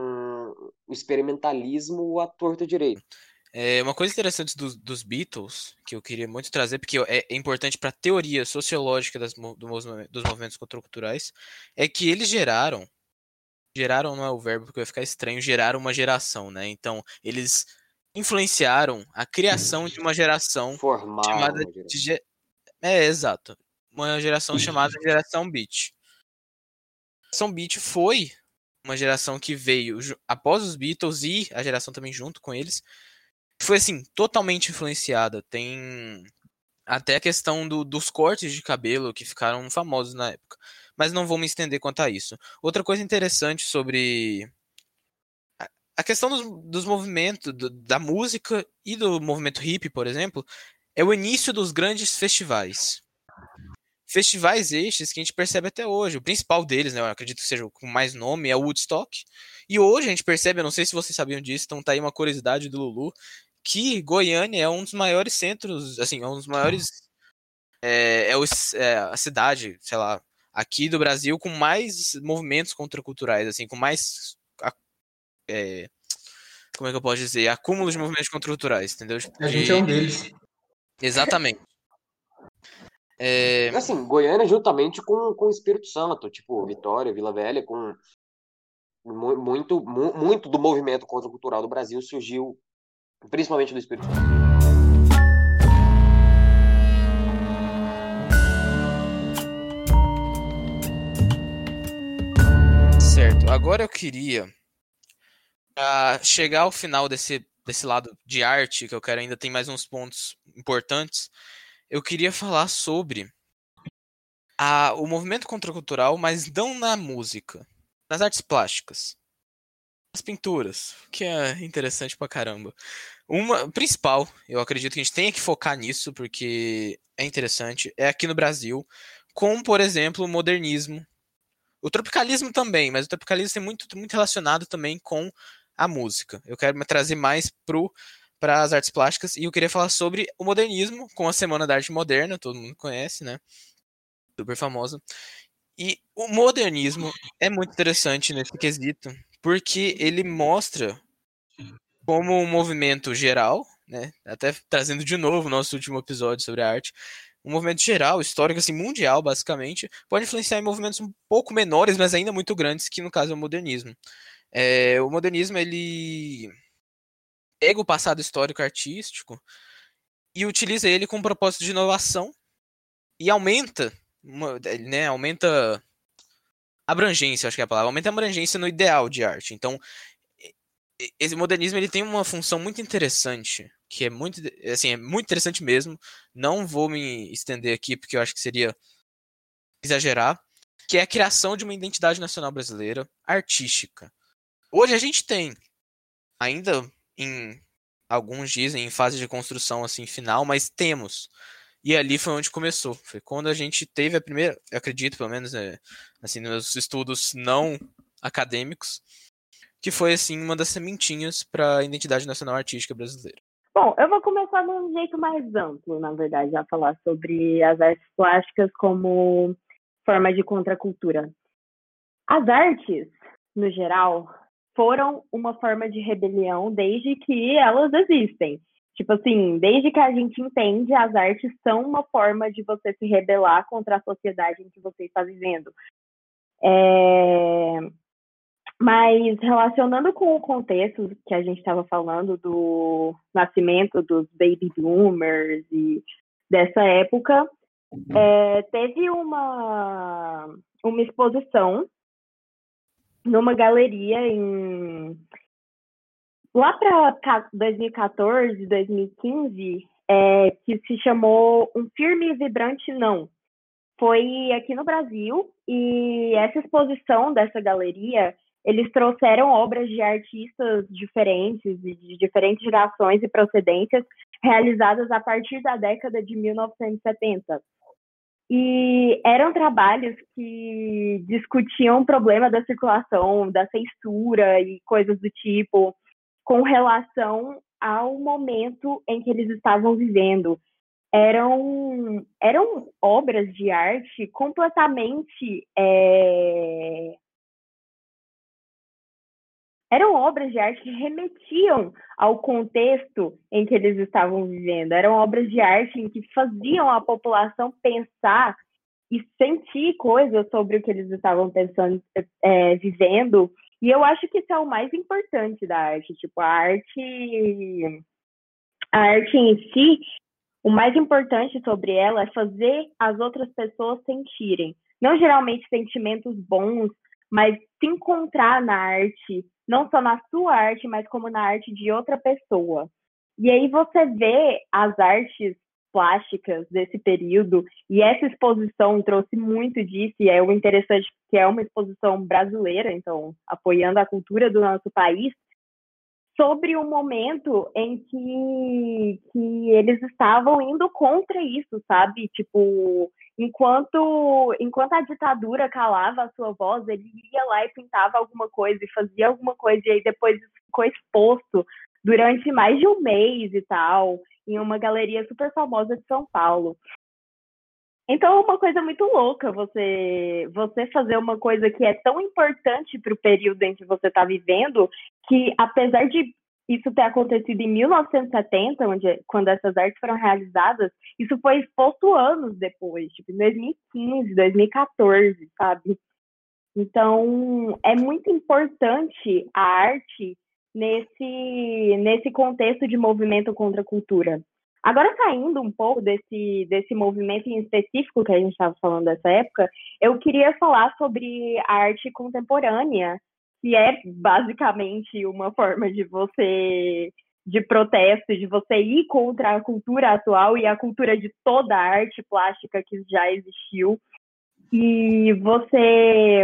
o experimentalismo à torta direito. É, uma coisa interessante dos, dos Beatles, que eu queria muito trazer, porque é, é importante para a teoria sociológica das, do, dos movimentos contraculturais, é que eles geraram, geraram não é o verbo porque vai ficar estranho, geraram uma geração, né? Então, eles influenciaram a criação de uma geração Formaram chamada uma geração. de... É, exato. Uma geração chamada Geração Beat. A Geração Beat foi uma geração que veio após os Beatles e a geração também junto com eles, foi assim, totalmente influenciada. Tem até a questão do, dos cortes de cabelo que ficaram famosos na época. Mas não vou me estender quanto a isso. Outra coisa interessante sobre a, a questão dos, dos movimentos, do, da música e do movimento hippie, por exemplo, é o início dos grandes festivais. Festivais estes que a gente percebe até hoje. O principal deles, né, eu acredito que seja com mais nome, é o Woodstock. E hoje a gente percebe, eu não sei se vocês sabiam disso, então tá aí uma curiosidade do Lulu, que Goiânia é um dos maiores centros, assim, é um dos maiores, é, é, o, é a cidade, sei lá, aqui do Brasil com mais movimentos contraculturais, assim, com mais, é, como é que eu posso dizer, acúmulo de movimentos contraculturais, entendeu? De... A gente é um deles. Exatamente. É... Assim, Goiânia juntamente com, com o Espírito Santo, tipo Vitória, Vila Velha, com muito, muito do movimento contracultural do Brasil surgiu principalmente do Espírito Santo. Certo, agora eu queria uh, chegar ao final desse, desse lado de arte, que eu quero ainda tem mais uns pontos importantes. Eu queria falar sobre a, o movimento contracultural, mas não na música, nas artes plásticas, nas pinturas, que é interessante pra caramba. Uma principal, eu acredito que a gente tenha que focar nisso, porque é interessante, é aqui no Brasil, com, por exemplo, o modernismo. O tropicalismo também, mas o tropicalismo é muito, muito relacionado também com a música. Eu quero me trazer mais para as artes plásticas e eu queria falar sobre o modernismo, com a Semana da Arte Moderna, todo mundo conhece, né? Super famosa. E o modernismo é muito interessante nesse quesito, porque ele mostra como um movimento geral, né? Até trazendo de novo o nosso último episódio sobre a arte, um movimento geral, histórico, assim, mundial, basicamente, pode influenciar em movimentos um pouco menores, mas ainda muito grandes, que no caso é o modernismo. É, o modernismo, ele pega o passado histórico artístico e utiliza ele com um propósito de inovação e aumenta, né, aumenta abrangência, acho que é a palavra, aumenta a abrangência no ideal de arte. Então, esse modernismo ele tem uma função muito interessante, que é muito, assim, é muito interessante mesmo. Não vou me estender aqui porque eu acho que seria exagerar, que é a criação de uma identidade nacional brasileira artística. Hoje a gente tem, ainda em alguns dizem em fase de construção assim final, mas temos. E ali foi onde começou. Foi quando a gente teve a primeira, eu acredito pelo menos, é, assim, nos estudos não acadêmicos, que foi, assim, uma das sementinhas para a identidade nacional artística brasileira. Bom, eu vou começar de um jeito mais amplo, na verdade, a falar sobre as artes plásticas como forma de contracultura. As artes, no geral, foram uma forma de rebelião desde que elas existem. Tipo assim, desde que a gente entende, as artes são uma forma de você se rebelar contra a sociedade em que você está vivendo. É... Mas relacionando com o contexto que a gente estava falando do nascimento dos baby boomers e dessa época, é, teve uma, uma exposição numa galeria em lá para dois mil e quatorze, dois mil e quinze, é, que se chamou Um Firme e Vibrante Não, foi aqui no Brasil, e essa exposição dessa galeria, eles trouxeram obras de artistas diferentes, de diferentes gerações e procedências, realizadas a partir da década de mil novecentos e setenta. E eram trabalhos que discutiam o problema da circulação, da censura e coisas do tipo, com relação ao momento em que eles estavam vivendo. Eram, eram obras de arte completamente... É... Eram obras de arte que remetiam ao contexto em que eles estavam vivendo. Eram obras de arte em que faziam a população pensar e sentir coisas sobre o que eles estavam pensando, é, vivendo. E eu acho que isso é o mais importante da arte. Tipo, a arte, a arte em si, o mais importante sobre ela é fazer as outras pessoas sentirem. Não geralmente sentimentos bons, mas se encontrar na arte, não só na sua arte, mas como na arte de outra pessoa. E aí você vê as artes plásticas desse período, e essa exposição trouxe muito disso, e é o interessante que é uma exposição brasileira, então, apoiando a cultura do nosso país, sobre o momento em que, que eles estavam indo contra isso, sabe? Tipo, enquanto, enquanto a ditadura calava a sua voz, ele ia lá e pintava alguma coisa e fazia alguma coisa, e aí depois ficou exposto durante mais de um mês e tal, em uma galeria super famosa de São Paulo. Então é uma coisa muito louca você, você fazer uma coisa que é tão importante para o período em que você está vivendo, que apesar de isso ter acontecido em mil novecentos e setenta, onde, quando essas artes foram realizadas, isso foi exposto anos depois, tipo em dois mil e quinze, dois mil e quatorze, sabe? Então é muito importante a arte nesse, nesse contexto de movimento contra a cultura. Agora, saindo um pouco desse, desse movimento em específico que a gente estava falando dessa época, eu queria falar sobre a arte contemporânea, que é basicamente uma forma de você, de protesto, de você ir contra a cultura atual e a cultura de toda a arte plástica que já existiu. E você...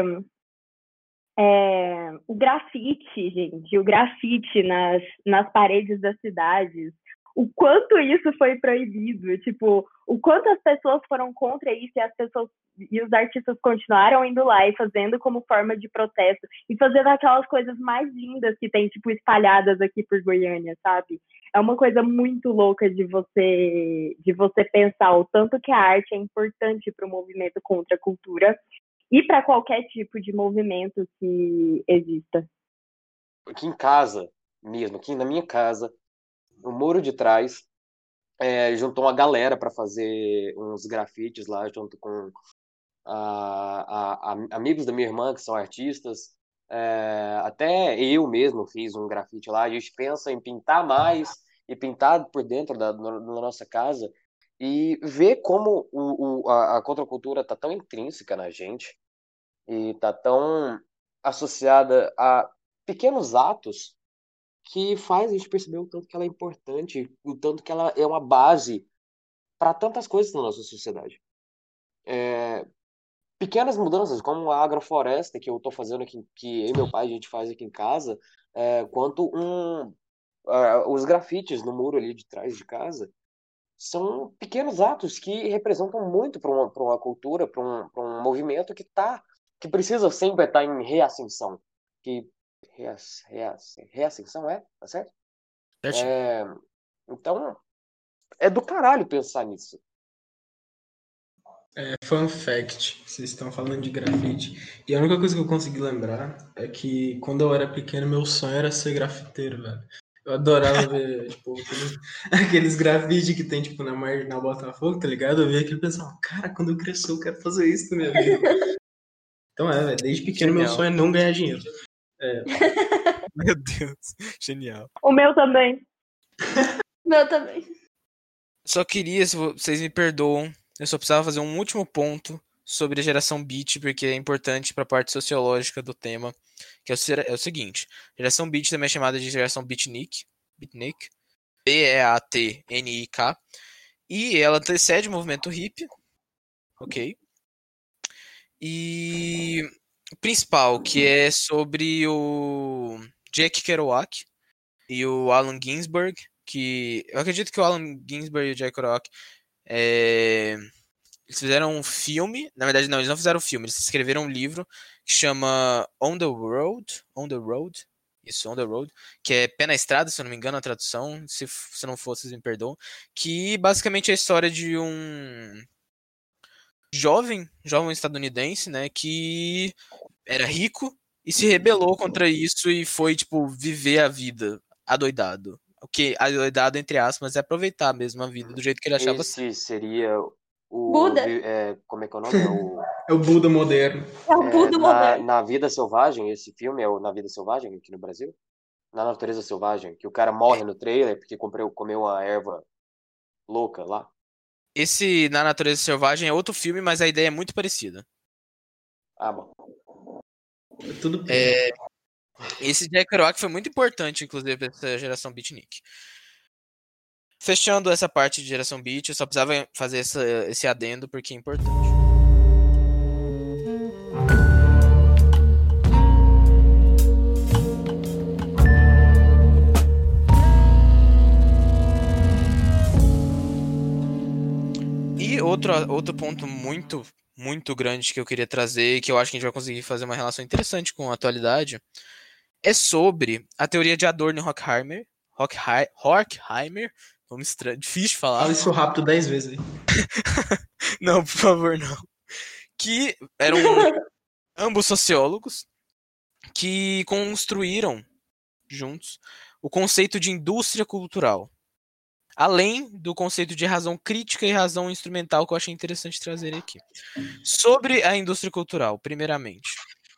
É, o grafite, gente, o grafite nas, nas paredes das cidades, o quanto isso foi proibido, tipo, o quanto as pessoas foram contra isso e as pessoas e os artistas continuaram indo lá e fazendo como forma de protesto e fazendo aquelas coisas mais lindas que tem, tipo, espalhadas aqui por Goiânia, sabe? É uma coisa muito louca de você de você pensar o tanto que a arte é importante para o movimento contra a cultura e para qualquer tipo de movimento que exista. Aqui em casa mesmo, aqui na minha casa, no muro de trás, é, juntou uma galera para fazer uns grafites lá, junto com a, a, a, amigos da minha irmã, que são artistas. É, até eu mesmo fiz um grafite lá. A gente pensa em pintar mais e pintar por dentro da, da nossa casa e ver como o, o, a, a contracultura está tão intrínseca na gente e está tão associada a pequenos atos que faz a gente perceber o tanto que ela é importante, o tanto que ela é uma base para tantas coisas na nossa sociedade. É, pequenas mudanças, como a agrofloresta que eu estou fazendo aqui, que eu e meu pai a gente faz aqui em casa, é, quanto um, uh, os grafites no muro ali de trás de casa, são pequenos atos que representam muito para uma, para uma cultura, para um, para um movimento que tá, que precisa sempre estar em reascensão. Que reas, reas, reascensão é? Tá certo? É, então, é do caralho pensar nisso. É, fun fact, vocês estão falando de grafite. E a única coisa que eu consegui lembrar é que quando eu era pequeno, meu sonho era ser grafiteiro, velho. Eu adorava ver, tipo, aqueles, aqueles grafites que tem, tipo, na Marginal Botafogo, tá ligado? Eu via aquilo e pensava, cara, quando eu crescer eu quero fazer isso na minha vida. Então é, velho, desde pequeno Genial. meu sonho é não ganhar dinheiro. É. Meu Deus, genial. O meu também. Meu também. Só queria, se vocês me perdoam, eu só precisava fazer um último ponto sobre a geração beat, porque é importante para a parte sociológica do tema, que é o, é o seguinte: geração beat também é chamada de geração beatnik, beatnik, B E A T N I K, e ela antecede o movimento hip, ok? E o principal, que é sobre o Jack Kerouac e o Allen Ginsberg, que eu acredito que o Allen Ginsberg e o Jack Kerouac é, eles fizeram um filme, na verdade não, eles não fizeram um filme, eles escreveram um livro que chama On the Road, On the Road, isso, On the Road, que é Pé na Estrada, se eu não me engano a tradução, se, se não for, vocês me perdoam, que basicamente é a história de um jovem, jovem estadunidense, né, que era rico e se rebelou contra isso e foi, tipo, viver a vida adoidado. O que adoidado, entre aspas, é aproveitar mesmo a vida do jeito que ele achava certo. Esse seria o. Buda. vi- é, como é que é o nome? É o. É o Buda moderno. É o é, Buda na, moderno. na Vida Selvagem, esse filme é o Na Vida Selvagem aqui no Brasil? Na Natureza Selvagem, que o cara morre no trailer porque comeu, comeu uma erva louca lá. Esse Na Natureza Selvagem é outro filme, mas a ideia é muito parecida. Ah, bom. É tudo bem. É, esse Jack Kerouac foi muito importante, inclusive, para essa geração beatnik. Fechando essa parte de geração beat, eu só precisava fazer essa, esse adendo porque é importante. E outro, outro ponto muito, muito grande que eu queria trazer, que eu acho que a gente vai conseguir fazer uma relação interessante com a atualidade, é sobre a teoria de Adorno e Horkheimer. Horkhei- Horkheimer, nome estranho, difícil de falar. Fala isso rápido dez vezes aí. Não, por favor, não. Que eram ambos sociólogos que construíram juntos o conceito de indústria cultural. Além do conceito de razão crítica e razão instrumental, que eu achei interessante trazer aqui. Sobre a indústria cultural, primeiramente.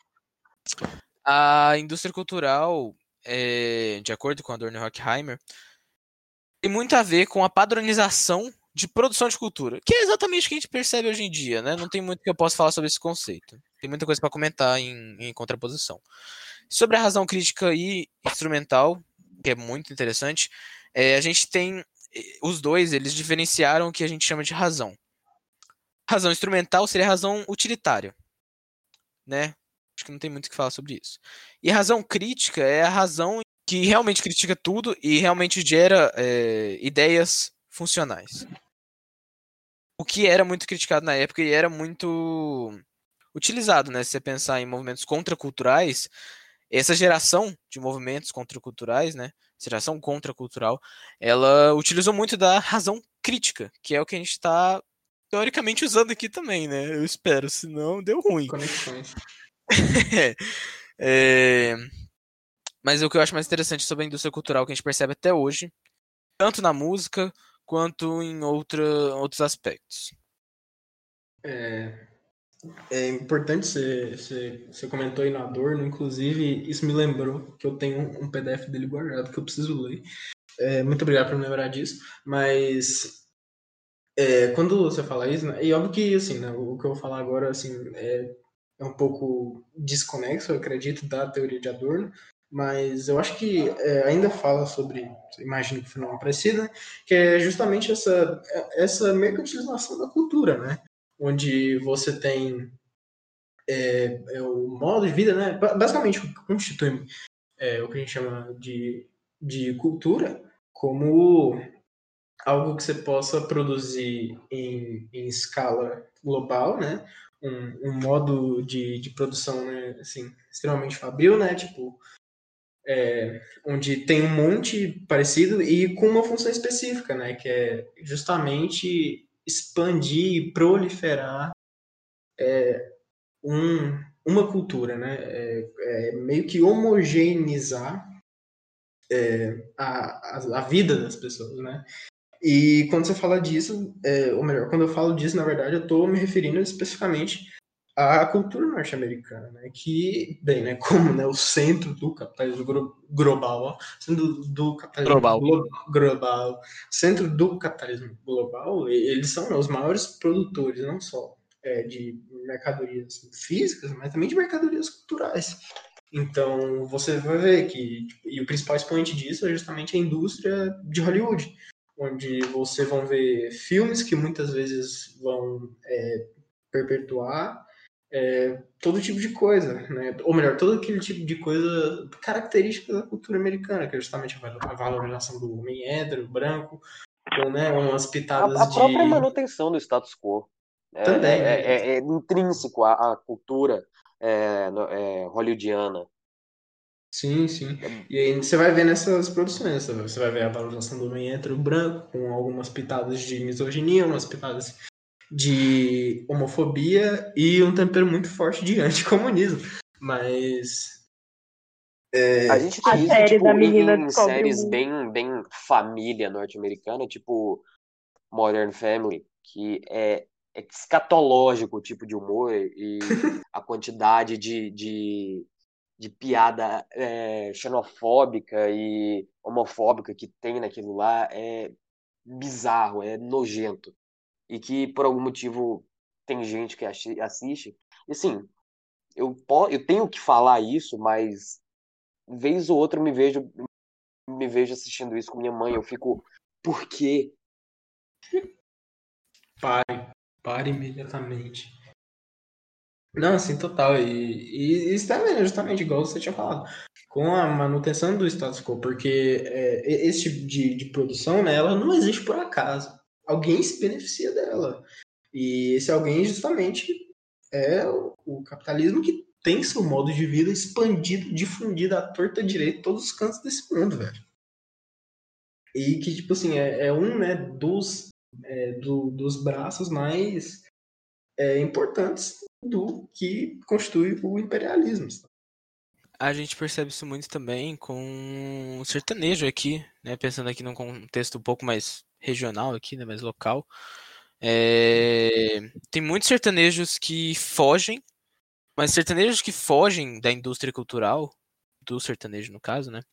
A indústria cultural, é, de acordo com Adorno e Horkheimer, tem muito a ver com a padronização de produção de cultura, que é exatamente o que a gente percebe hoje em dia, né? Não tem muito que eu possa falar sobre esse conceito. Tem muita coisa para comentar em, em contraposição. Sobre a razão crítica e instrumental, que é muito interessante, é, a gente tem os dois, eles diferenciaram o que a gente chama de razão. Razão instrumental seria a razão utilitária, né? Acho que não tem muito o que falar sobre isso. E a razão crítica é a razão que realmente critica tudo e realmente gera é, ideias funcionais. O que era muito criticado na época e era muito utilizado, né? Se você pensar em movimentos contraculturais, essa geração de movimentos contraculturais, né? Geração contracultural, ela utilizou muito da razão crítica, que é o que a gente está teoricamente usando aqui também, né? Eu espero, senão deu ruim. Conexões. é... Mas o que eu acho mais interessante sobre a indústria cultural que a gente percebe até hoje, tanto na música quanto em outra, outros aspectos. É, é importante, você, você, você comentou aí no Adorno, inclusive isso me lembrou que eu tenho um P D F dele guardado que eu preciso ler. É, muito obrigado por me lembrar disso, mas é, quando você fala isso, né, e óbvio que assim, né, o que eu vou falar agora assim, é, é um pouco desconexo, eu acredito, da teoria de Adorno, mas eu acho que é, ainda fala sobre, imagino que o fenômeno parecido, né, que é justamente essa, essa mercantilização da cultura, né? Onde você tem é, é o modo de vida, né? Basicamente, o que constitui é, o que a gente chama de, de cultura como algo que você possa produzir em, em escala global, né? Um, um modo de, de produção, né? Assim, extremamente fabril, né? Tipo, é, onde tem um monte parecido e com uma função específica, né? Que é justamente expandir e proliferar é, um, uma cultura, né? É, é meio que homogeneizar é, a, a, a vida das pessoas, né? E quando você fala disso, é, ou melhor, quando eu falo disso, na verdade, eu estou me referindo especificamente à cultura norte-americana, né? Que, bem, né, como né, o centro do capitalismo global, ó, centro do capitalismo Global. glo- global, centro do capitalismo global, eles são né, os maiores produtores, não só é, de mercadorias físicas, mas também de mercadorias culturais. Então, você vai ver que, e o principal expoente disso é justamente a indústria de Hollywood, onde você vão ver filmes que muitas vezes vão é, perpetuar é, todo tipo de coisa, né? Ou melhor, todo aquele tipo de coisa característica da cultura americana, que é justamente a valorização do homem hétero, branco, com, né, umas A, pitadas a própria de... manutenção do status quo é, Também, é, né? é, é intrínseco à, à cultura é, no- é, hollywoodiana. Sim, sim. E aí você vai ver nessas produções, sabe? Você vai ver a valorização do homem hétero branco, com algumas pitadas de misoginia, umas pitadas de homofobia e um tempero muito forte de anticomunismo. Mas A gente A tem isso, série da tipo, em, menina em descobre o séries mundo. bem, bem família norte-americana, tipo Modern Family, que é, é escatológico o tipo de humor e a quantidade de, de, de piada é, xenofóbica e homofóbica que tem naquilo lá é bizarro, é nojento. E que, por algum motivo, tem gente que assi- assiste. E, assim, eu, po- eu tenho que falar isso, mas vez ou outra eu me vejo, me vejo assistindo isso com minha mãe. Eu fico, por quê? pare, pare imediatamente. Não, assim, total. E, e isso também é justamente igual você tinha falado, com a manutenção do status quo, porque é, e- esse tipo de, de produção, né, ela não existe por acaso. Alguém se beneficia dela. E esse alguém justamente é o, o capitalismo que tem seu modo de vida expandido, difundido à torta direita em todos os cantos desse mundo, velho. E que, tipo assim, é, é um, né, dos, é, do, dos braços mais é, importantes do que constitui o imperialismo. A gente percebe isso muito também com o sertanejo aqui, né? Pensando aqui num contexto um pouco mais regional aqui, né? Mais local. É, Tem muitos sertanejos que fogem, mas sertanejos que fogem da indústria cultural, do sertanejo no caso, né?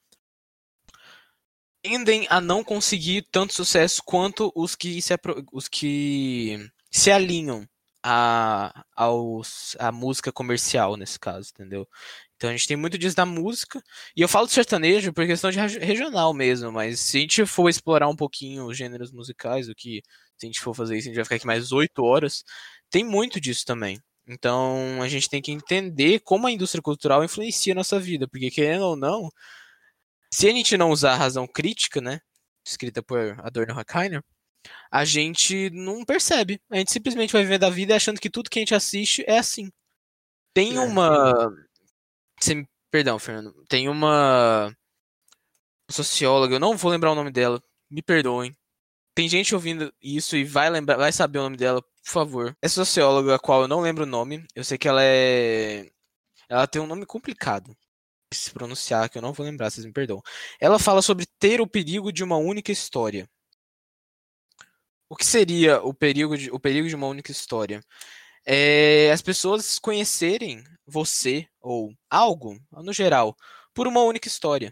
Tendem a não conseguir tanto sucesso quanto os que se, apro- os que se alinham à, aos, à música comercial, nesse caso, entendeu? Então a gente tem muito disso da música. E eu falo de sertanejo por questão de regi- regional mesmo, mas se a gente for explorar um pouquinho os gêneros musicais, o que se a gente for fazer isso, a gente vai ficar aqui mais oito horas, tem muito disso também. Então a gente tem que entender como a indústria cultural influencia a nossa vida, porque querendo ou não, se a gente não usar a razão crítica, né, escrita por Adorno e Horkheimer, a gente não percebe. A gente simplesmente vai vivendo a vida achando que tudo que a gente assiste é assim. Tem É, uma. Você me- Perdão, Fernando. Tem uma socióloga, eu não vou lembrar o nome dela. Me perdoem. Tem gente ouvindo isso e vai lembrar, vai saber o nome dela, por favor. Essa socióloga, a qual eu não lembro o nome, eu sei que ela é. Ela tem um nome complicado de se pronunciar, que eu não vou lembrar, vocês me perdoam. Ela fala sobre ter o perigo de uma única história. O que seria o perigo de, o perigo de uma única história? É as pessoas conhecerem você ou algo, no geral, por uma única história.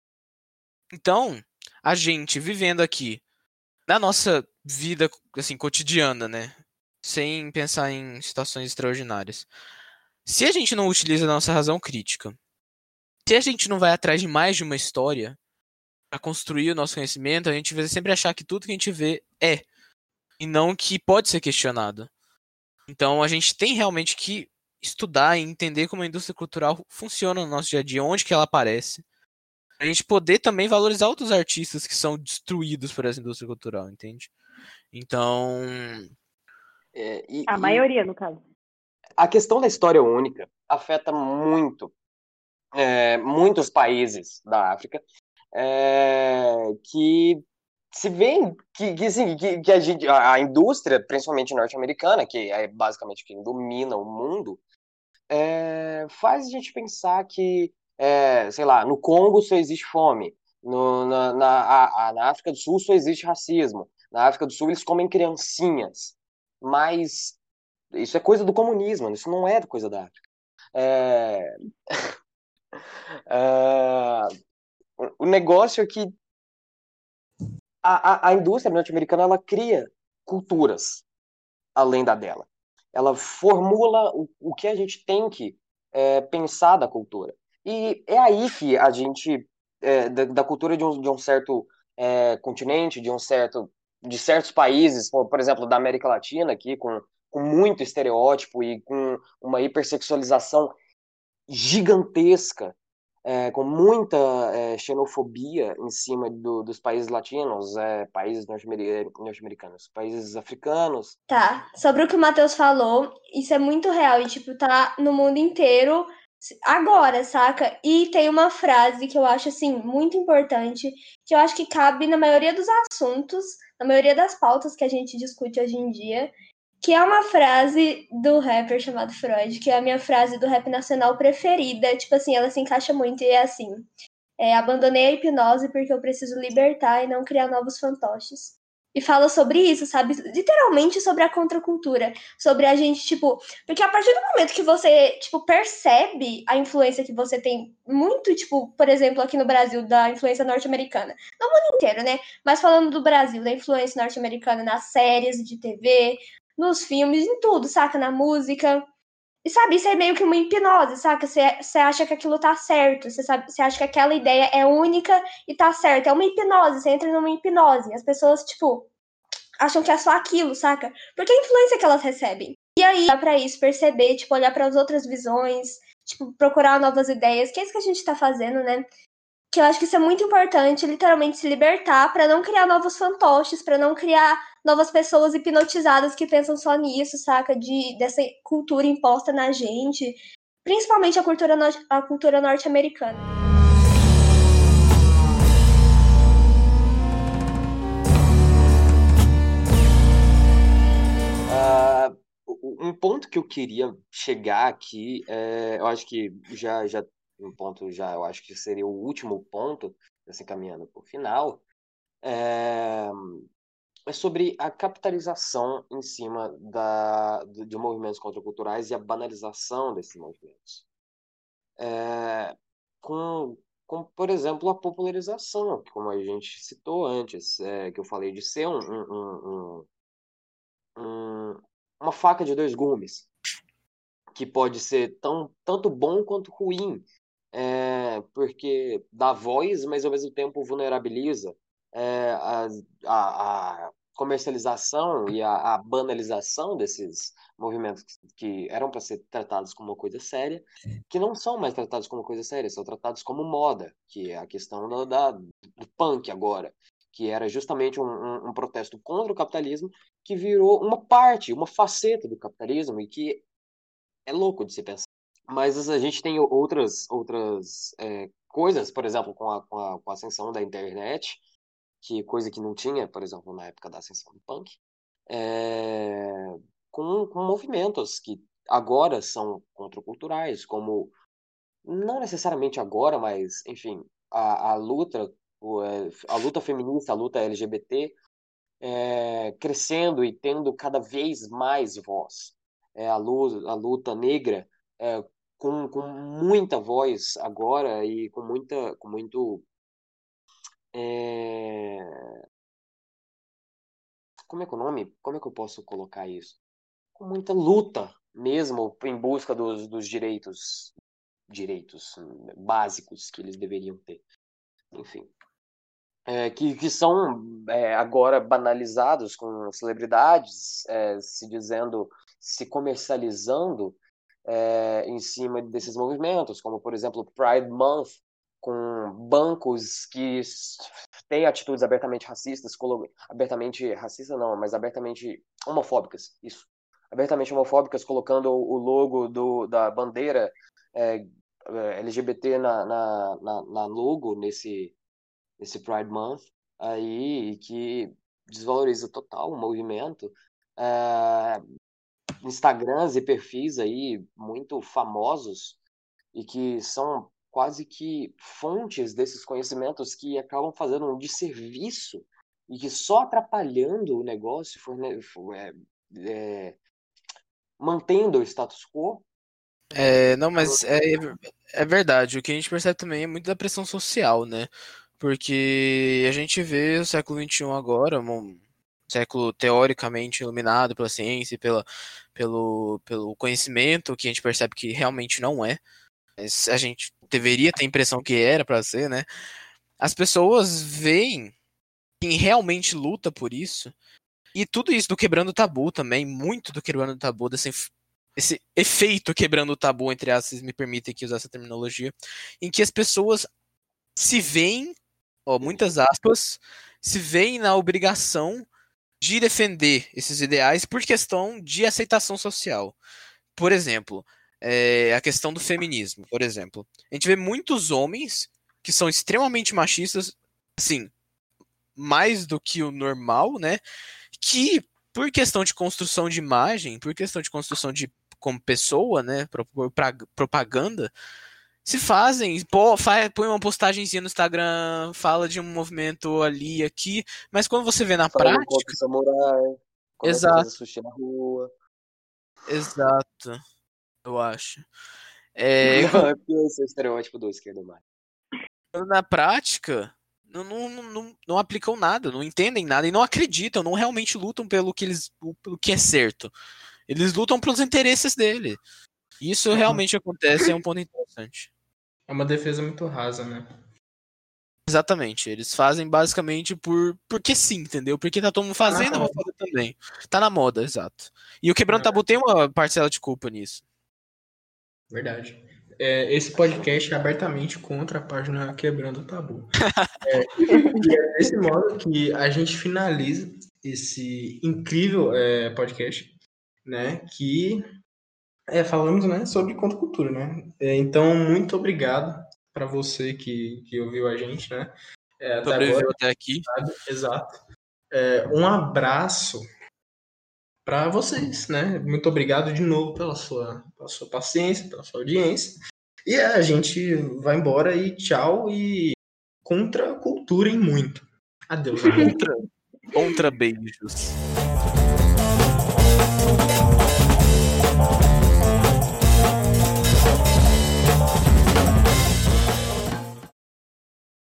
Então, a gente vivendo aqui na nossa vida assim cotidiana, né, sem pensar em situações extraordinárias. Se a gente não utiliza a nossa razão crítica, se a gente não vai atrás de mais de uma história para construir o nosso conhecimento, a gente vai sempre achar que tudo que a gente vê é e não que pode ser questionado. Então a gente tem realmente que estudar e entender como a indústria cultural funciona no nosso dia a dia, onde que ela aparece, a gente poder também valorizar outros artistas que são destruídos por essa indústria cultural, entende? Então, É, e, A e maioria, no caso. a questão da história única afeta muito é, muitos países da África é, que se vê que, que, assim, que, que a, gente, a, a indústria, principalmente norte-americana, que é basicamente quem domina o mundo, é, faz a gente pensar que, é, sei lá, no Congo só existe fome, no, na, na, a, a, na África do Sul só existe racismo, na África do Sul eles comem criancinhas, mas isso é coisa do comunismo, isso não é coisa da África. É, é, o negócio é que a, a, a indústria norte-americana ela cria culturas além da dela. Ela formula o, o que a gente tem que é, pensar da cultura. E é aí que a gente, é, da, da, cultura de um, de um certo é, continente, de um certo de certos países, por, por exemplo, da América Latina, aqui com com muito estereótipo e com uma hipersexualização gigantesca, é, com muita é, xenofobia em cima do, dos países latinos, é, países norte-americanos, países africanos. Tá, sobre o que o Matheus falou, isso é muito real e, tipo, tá no mundo inteiro agora, saca? E tem uma frase que eu acho, assim, muito importante, que eu acho que cabe na maioria dos assuntos, na maioria das pautas que a gente discute hoje em dia, que é uma frase do rapper chamado Freud, que é a minha frase do rap nacional preferida. Tipo assim, ela se encaixa muito e é assim: é, abandonei a hipnose porque eu preciso libertar e não criar novos fantoches. E fala sobre isso, sabe? Literalmente sobre a contracultura. Sobre a gente, tipo... Porque a partir do momento que você, tipo, percebe a influência que você tem muito, tipo, por exemplo, aqui no Brasil, da influência norte-americana. No mundo inteiro, né? Mas falando do Brasil, da influência norte-americana nas séries de T V, nos filmes, em tudo, saca? Na música. E sabe, isso é meio que uma hipnose, saca? Você acha que aquilo tá certo, você acha que aquela ideia é única e tá certa. É uma hipnose, você entra numa hipnose. As pessoas, tipo, acham que é só aquilo, saca? Porque a influência que elas recebem. E aí, dá pra isso, perceber, tipo, olhar para as outras visões, tipo, procurar novas ideias, que é isso que a gente tá fazendo, né? Que eu acho que isso é muito importante, literalmente se libertar para não criar novos fantoches, para não criar novas pessoas hipnotizadas que pensam só nisso, saca? De, dessa cultura imposta na gente, principalmente a cultura, no, a cultura norte-americana. Uh, um ponto que eu queria chegar aqui, é, eu acho que já, já um ponto já, eu acho que seria o último ponto, assim, caminhando para o final, é, é sobre a capitalização em cima da, de, de movimentos contraculturais e a banalização desses movimentos. É, com, com, por exemplo, a popularização, como a gente citou antes, é, que eu falei de ser um, um, um, um, uma faca de dois gumes, que pode ser tão, tanto bom quanto ruim, é, porque dá voz, mas ao mesmo tempo vulnerabiliza. É, a, a, a comercialização e a, a banalização desses movimentos que, que eram para ser tratados como uma coisa séria, que não são mais tratados como coisa séria, são tratados como moda, que é a questão do, da, do punk agora, que era justamente um, um, um protesto contra o capitalismo, que virou uma parte, uma faceta do capitalismo e que é louco de se pensar. Mas a gente tem outras, outras é, coisas, por exemplo, com a, com, a, com a ascensão da internet, que coisa que não tinha, por exemplo, na época da ascensão do punk, é, com, com movimentos que agora são contraculturais, como, não necessariamente agora, mas, enfim, a, a luta, a luta feminista, a luta L G B T, é, crescendo e tendo cada vez mais voz. É, a, luta, a luta negra é, com, com muita voz agora e com muita com muito é... como é que é o nome? Como é que eu posso colocar isso? Com muita luta mesmo em busca dos, dos direitos direitos básicos que eles deveriam ter. Enfim. É, que, que são é, agora banalizados com celebridades é, se dizendo, se comercializando é, em cima desses movimentos, como por exemplo Pride Month, com bancos que têm atitudes abertamente racistas, abertamente racista não, mas abertamente homofóbicas, isso, abertamente homofóbicas, colocando o logo do, da bandeira é, L G B T na, na, na, na logo nesse esse Pride Month aí que desvaloriza total o movimento. É, Instagrams e perfis aí muito famosos e que são quase que fontes desses conhecimentos que acabam fazendo um desserviço e que só atrapalhando o negócio, forne... é, é, mantendo o status quo. É, não, mas é, é verdade. O que a gente percebe também é muito da pressão social, né? Porque a gente vê o século vinte e um agora, um século teoricamente iluminado pela ciência e pela, pelo, pelo conhecimento, que a gente percebe que realmente não é. Mas a gente deveria ter a impressão que era para ser, né? As pessoas veem quem realmente luta por isso E tudo isso do Quebrando o Tabu também, muito do Quebrando o Tabu, desse, esse efeito Quebrando o Tabu, entre aspas, vocês me permitem aqui usar essa terminologia, em que as pessoas se veem, ó, muitas aspas, se veem na obrigação de defender esses ideais por questão de aceitação social. Por exemplo, é, a questão do feminismo, por exemplo. A gente vê muitos homens que são extremamente machistas, assim, mais do que o normal, né? Que, por questão de construção de imagem, por questão de construção de como pessoa, né? Propaganda, se fazem, pô, faz, põe uma postagenzinha no Instagram, fala de um movimento ali, aqui, mas quando você vê na Fala prática... contra o samurai, começa a Exato. fazer sushi na rua. Exato, eu acho. É, Não, é porque esse é o estereótipo do esquerdo mais. na prática, não, não, não, não aplicam nada, não entendem nada e não acreditam, não realmente lutam pelo que, eles, pelo que é certo. Eles lutam pelos interesses dele. Isso realmente acontece, é um ponto interessante. É uma defesa muito rasa, né? Exatamente, eles fazem basicamente por porque sim, entendeu? Porque tá todo mundo fazendo, eu vou fazer também. Tá na moda, exato. E o Quebrando Tabu tem uma parcela de culpa nisso. Verdade. É, esse podcast é abertamente contra a página Quebrando o Tabu. É, e é desse modo que a gente finaliza esse incrível é, podcast, né? Que é, falamos, né, sobre contracultura, né? É, então, muito obrigado para você que, que ouviu a gente, né? É, até Sobreviveu agora, até aqui. sabe? Exato. É, um abraço para vocês, né? Muito obrigado de novo pela sua, pela sua paciência, pela sua audiência. E a gente vai embora e tchau e contra a cultura em muito. Adeus, amigo. Contra, contra beijos.